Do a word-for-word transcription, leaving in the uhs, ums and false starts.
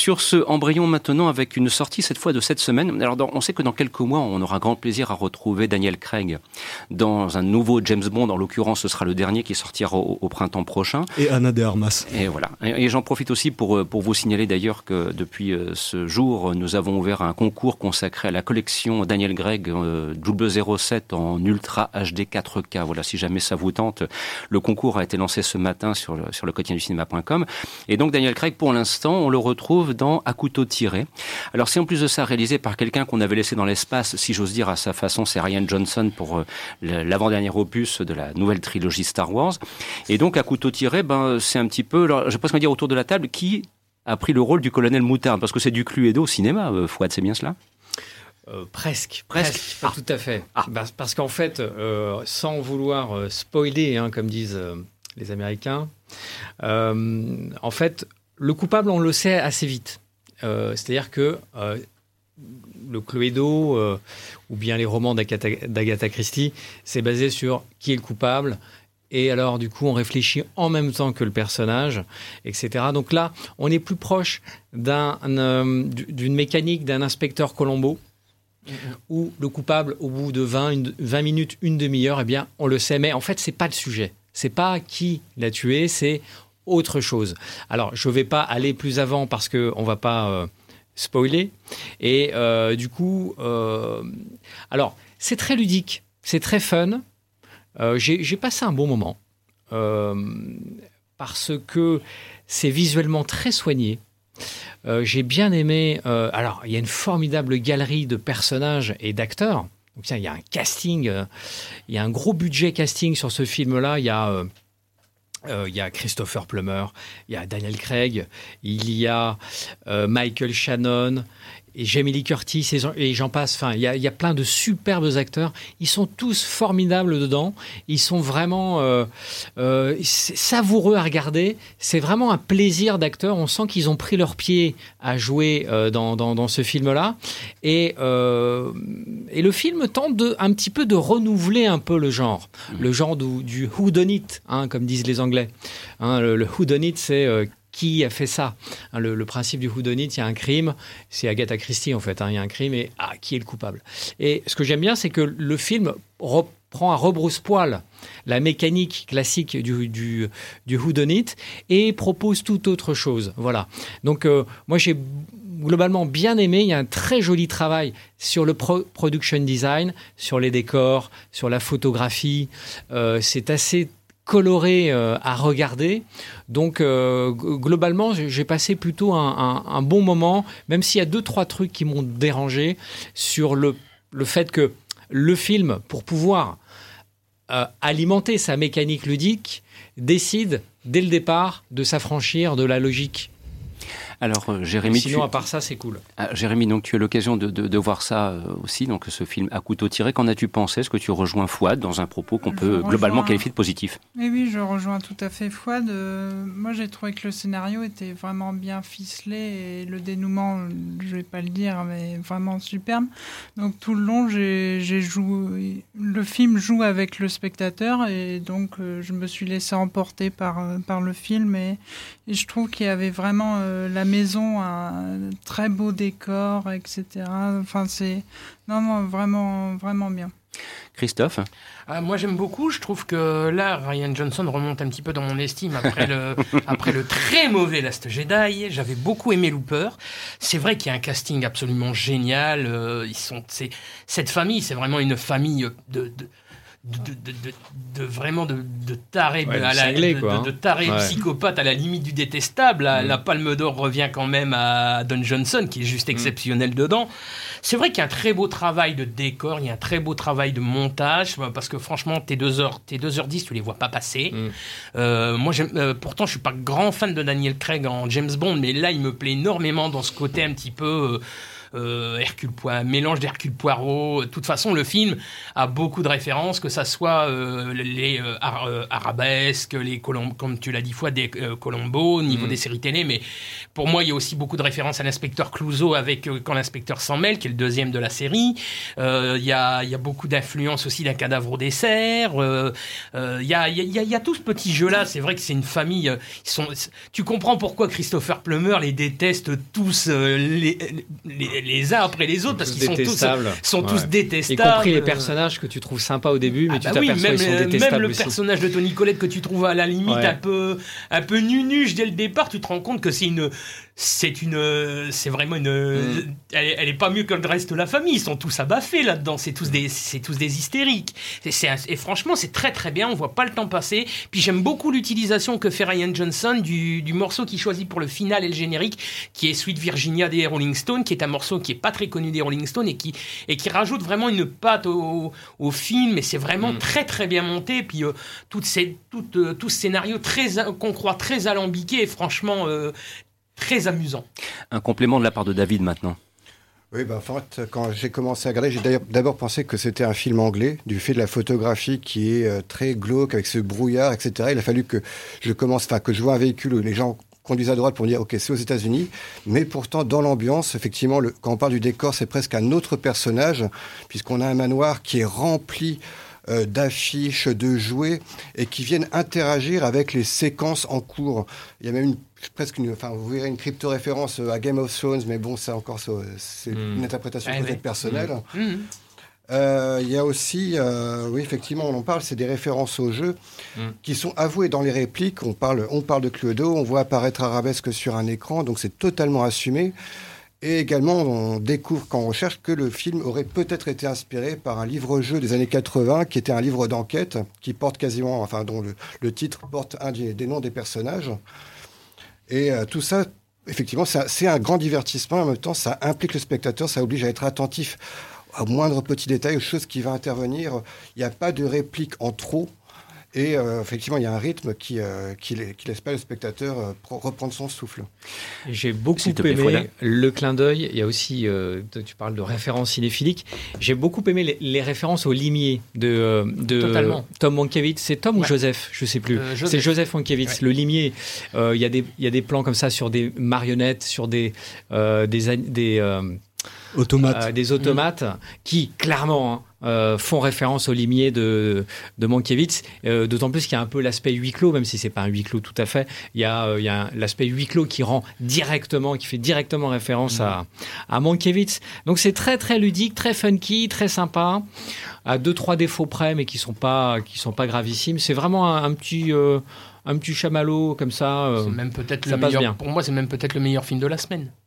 Sur ce, embrayons maintenant avec une sortie cette fois de cette semaine. Alors, dans, on sait que dans quelques mois, on aura grand plaisir à retrouver Daniel Craig dans un nouveau James Bond. En l'occurrence, ce sera le dernier qui sortira au, au printemps prochain. Et Ana de Armas. Et voilà. Et, et j'en profite aussi pour, pour vous signaler d'ailleurs que depuis ce jour, nous avons ouvert un concours consacré à la collection Daniel Craig euh, double zéro sept en Ultra H D quatre K. Voilà, si jamais ça vous tente. Le concours a été lancé ce matin sur le, sur le quotidien du cinéma point com. Et donc, Daniel Craig, pour l'instant, on le retrouve dans À couteau tiré. Alors c'est en plus de ça réalisé par quelqu'un qu'on avait laissé dans l'espace, si j'ose dire à sa façon, c'est Rian Johnson pour euh, l'avant-dernier opus de la nouvelle trilogie Star Wars. Et donc À couteau tiré, ben c'est un petit peu, alors, je pense qu'on va dire autour de la table, qui a pris le rôle du colonel Moutarde, parce que c'est du Cluedo au cinéma, euh, Fouad, c'est bien cela? Euh, presque, presque, presque, pas ah. tout à fait. Ah. Bah, parce qu'en fait, euh, sans vouloir euh, spoiler, hein, comme disent euh, les Américains, euh, en fait, le coupable, on le sait assez vite. Euh, c'est-à-dire que euh, le Cluedo euh, ou bien les romans d'Agatha, d'Agatha Christie, c'est basé sur qui est le coupable. Et alors, du coup, on réfléchit en même temps que le personnage, et cetera. Donc là, on est plus proche d'un, euh, d'une mécanique d'un inspecteur Colombo, mmh. où le coupable, au bout de vingt, une, vingt minutes, une demi-heure, eh bien, on le sait. Mais en fait, c'est pas le sujet. C'est pas qui l'a tué, c'est autre chose. Alors, je ne vais pas aller plus avant parce qu'on ne va pas euh, spoiler. Et euh, du coup, euh, alors, c'est très ludique, c'est très fun. Euh, j'ai, j'ai passé un bon moment euh, parce que c'est visuellement très soigné. Euh, j'ai bien aimé... Euh, alors, il y a une formidable galerie de personnages et d'acteurs. Donc, il y a un casting, euh, il y a un gros budget casting sur ce film-là. Il y a... Euh, Il euh, y a Christopher Plummer, il y a Daniel Craig, il y a euh, Michael Shannon et Jamie Lee Curtis et, et j'en passe. Enfin, il y a, y a plein de superbes acteurs. Ils sont tous formidables dedans. Ils sont vraiment euh, euh, c'est savoureux à regarder. C'est vraiment un plaisir d'acteur. On sent qu'ils ont pris leur pied à jouer euh, dans, dans, dans ce film-là. Et, euh, et le film tente de, un petit peu de renouveler un peu le genre. Mmh. Le genre du, du whodunit, hein, comme disent les Anglais. Hein, le, le whodunit, c'est... Euh, qui a fait ça, hein, le, le principe du whodunit, il y a un crime, c'est Agatha Christie en fait, hein, il y a un crime et ah, qui est le coupable. Et ce que j'aime bien, c'est que le film reprend à rebrousse-poil la mécanique classique du, du, du whodunit et propose tout autre chose. Voilà. Donc euh, moi j'ai globalement bien aimé, il y a un très joli travail sur le pro- production design, sur les décors, sur la photographie, euh, c'est assez coloré euh, à regarder. Donc, euh, g- globalement, j'ai passé plutôt un, un, un bon moment, même s'il y a deux, trois trucs qui m'ont dérangé sur le, le fait que le film, pour pouvoir euh, alimenter sa mécanique ludique, décide, dès le départ, de s'affranchir de la logique. Alors, euh, Jérémy, sinon, tu... à part ça, c'est cool. Ah, Jérémy, donc tu as l'occasion de, de, de voir ça euh, aussi, donc ce film À couteau tiré. Qu'en as-tu pensé? Est-ce que tu rejoins Fouad dans un propos qu'on je peut rejoins... globalement qualifier de positif? Oui, oui, je rejoins tout à fait Fouad. Euh, moi, j'ai trouvé que le scénario était vraiment bien ficelé et le dénouement, je ne vais pas le dire, mais vraiment superbe. Donc tout le long, j'ai, j'ai joué... le film joue avec le spectateur et donc euh, je me suis laissé emporter par, euh, par le film et, et je trouve qu'il y avait vraiment euh, la maison, un très beau décor, et cetera. Enfin, c'est non, non, vraiment, vraiment bien. Christophe? Ah, moi j'aime beaucoup, je trouve que là Rian Johnson remonte un petit peu dans mon estime après le, après le très mauvais Last Jedi. J'avais beaucoup aimé Looper. C'est vrai qu'il y a un casting absolument génial. Euh, ils sont, c'est, cette famille, c'est vraiment une famille de... de De, de, de, de vraiment de, de tarés ouais, à la, cinglé, de, quoi, de, de tarés ouais. psychopathes à la limite du détestable. La, mmh. la Palme d'Or revient quand même à Don Johnson, qui est juste exceptionnel mmh. dedans. C'est vrai qu'il y a un très beau travail de décor, il y a un très beau travail de montage, parce que franchement, tes deux heures, tes deux heures dix, tu les vois pas passer. Mmh. Euh, moi, j'aime, euh, pourtant, je suis pas grand fan de Daniel Craig en James Bond, mais là, il me plaît énormément dans ce côté un petit peu... Euh, euh, Hercule Poirot, mélange d'Hercule Poirot. De toute façon, le film a beaucoup de références, que ça soit euh, les euh, ar- euh, arabesques, les Colom- comme tu l'as dit fois, des euh, Colombo, au niveau mmh. des séries télé. Mais pour moi, il y a aussi beaucoup de références à l'inspecteur Clouseau avec euh, Quand l'inspecteur s'en mêle, qui est le deuxième de la série. Euh, il y a, il y a beaucoup d'influence aussi d'un cadavre au dessert. Euh, euh, il y a, il y a, il y a tout ce petit jeu-là. C'est vrai que c'est une famille. Euh, ils sont, tu comprends pourquoi Christopher Plummer les déteste tous euh, les, les, les uns après les autres, parce qu'ils sont tous, sont ouais. tous détestables. Y compris les personnages que tu trouves sympas au début, mais ah tu bah t'aperçois oui, qu'ils sont détestables même le aussi. personnage de Toni Collette que tu trouves à la limite ouais. un peu, un peu nunuche dès le départ, tu te rends compte que c'est une... C'est une, c'est vraiment une, mm. elle, elle est pas mieux que le reste de la famille. Ils sont tous abaffés là-dedans. C'est tous des, c'est tous des hystériques. Et, c'est, et franchement, c'est très très bien. On voit pas le temps passer. Puis j'aime beaucoup l'utilisation que fait Rian Johnson du, du morceau qu'il choisit pour le final et le générique, qui est Sweet Virginia des Rolling Stones, qui est un morceau qui est pas très connu des Rolling Stones et qui, et qui rajoute vraiment une patte au, au film. Et c'est vraiment mm. très très bien monté. Et puis euh, toutes ces, toutes, euh, tout ce scénario très, qu'on croit très alambiqué. Et franchement. Euh, Très amusant. Un complément de la part de David maintenant. Oui, ben, en fait, quand j'ai commencé à regarder, j'ai d'ailleurs d'abord pensé que c'était un film anglais, du fait de la photographie qui est euh, très glauque, avec ce brouillard, et cetera. Il a fallu que je commence, enfin, que je vois un véhicule où les gens conduisent à droite pour me dire, OK, c'est aux États-Unis. Mais pourtant, dans l'ambiance, effectivement, le, quand on parle du décor, c'est presque un autre personnage, puisqu'on a un manoir qui est rempli Euh, d'affiches, de jouets, et qui viennent interagir avec les séquences en cours. Il y a même une, presque une, enfin, vous verrez une crypto-référence à Game of Thrones, mais bon, ça encore, c'est mmh. une interprétation ah, peut-être oui. personnelle. Mmh. Mmh. Euh, il y a aussi, euh, oui, effectivement, on en parle, c'est des références au jeu mmh. qui sont avouées dans les répliques. On parle, on parle de Cluedo, on voit apparaître Arabesque sur un écran, donc c'est totalement assumé. Et également, on découvre quand on recherche que le film aurait peut-être été inspiré par un livre-jeu des années quatre-vingts, qui était un livre d'enquête, qui porte quasiment, enfin, dont le, le titre porte un des, des noms des personnages. Et euh, tout ça, effectivement, c'est un, c'est un grand divertissement. En même temps, ça implique le spectateur, ça oblige à être attentif aux moindres petits détails, aux choses qui vont intervenir. Il n'y a pas de réplique en trop. Et euh, effectivement, il y a un rythme qui euh, qui, qui laisse pas le spectateur euh, reprendre son souffle. J'ai beaucoup aimé plaît, le clin d'œil. Il y a aussi, euh, tu parles de références cinéphiliques. J'ai beaucoup aimé les, les références au limier de, de Tom Mankiewicz. C'est Tom ouais. ou Joseph, je sais plus. Euh, Joseph. C'est Joseph Mankiewicz. Ouais. Le limier. Euh, il y a des il y a des plans comme ça sur des marionnettes, sur des euh, des des euh, automates, euh, des automates mmh. qui clairement. Hein, Euh, font référence au limier de, de Mankiewicz, euh, d'autant plus qu'il y a un peu l'aspect huis clos, même si c'est pas un huis clos tout à fait, il y a, euh, il y a un, l'aspect huis clos qui rend directement, qui fait directement référence mmh. à, à Mankiewicz. Donc c'est très très ludique, très funky, très sympa, à deux trois défauts près, mais qui sont pas, qui sont pas gravissimes. C'est vraiment un, un petit... Euh, un petit chamallow comme ça, euh, c'est même peut-être le meilleur, pour moi c'est même peut-être le meilleur film de la semaine.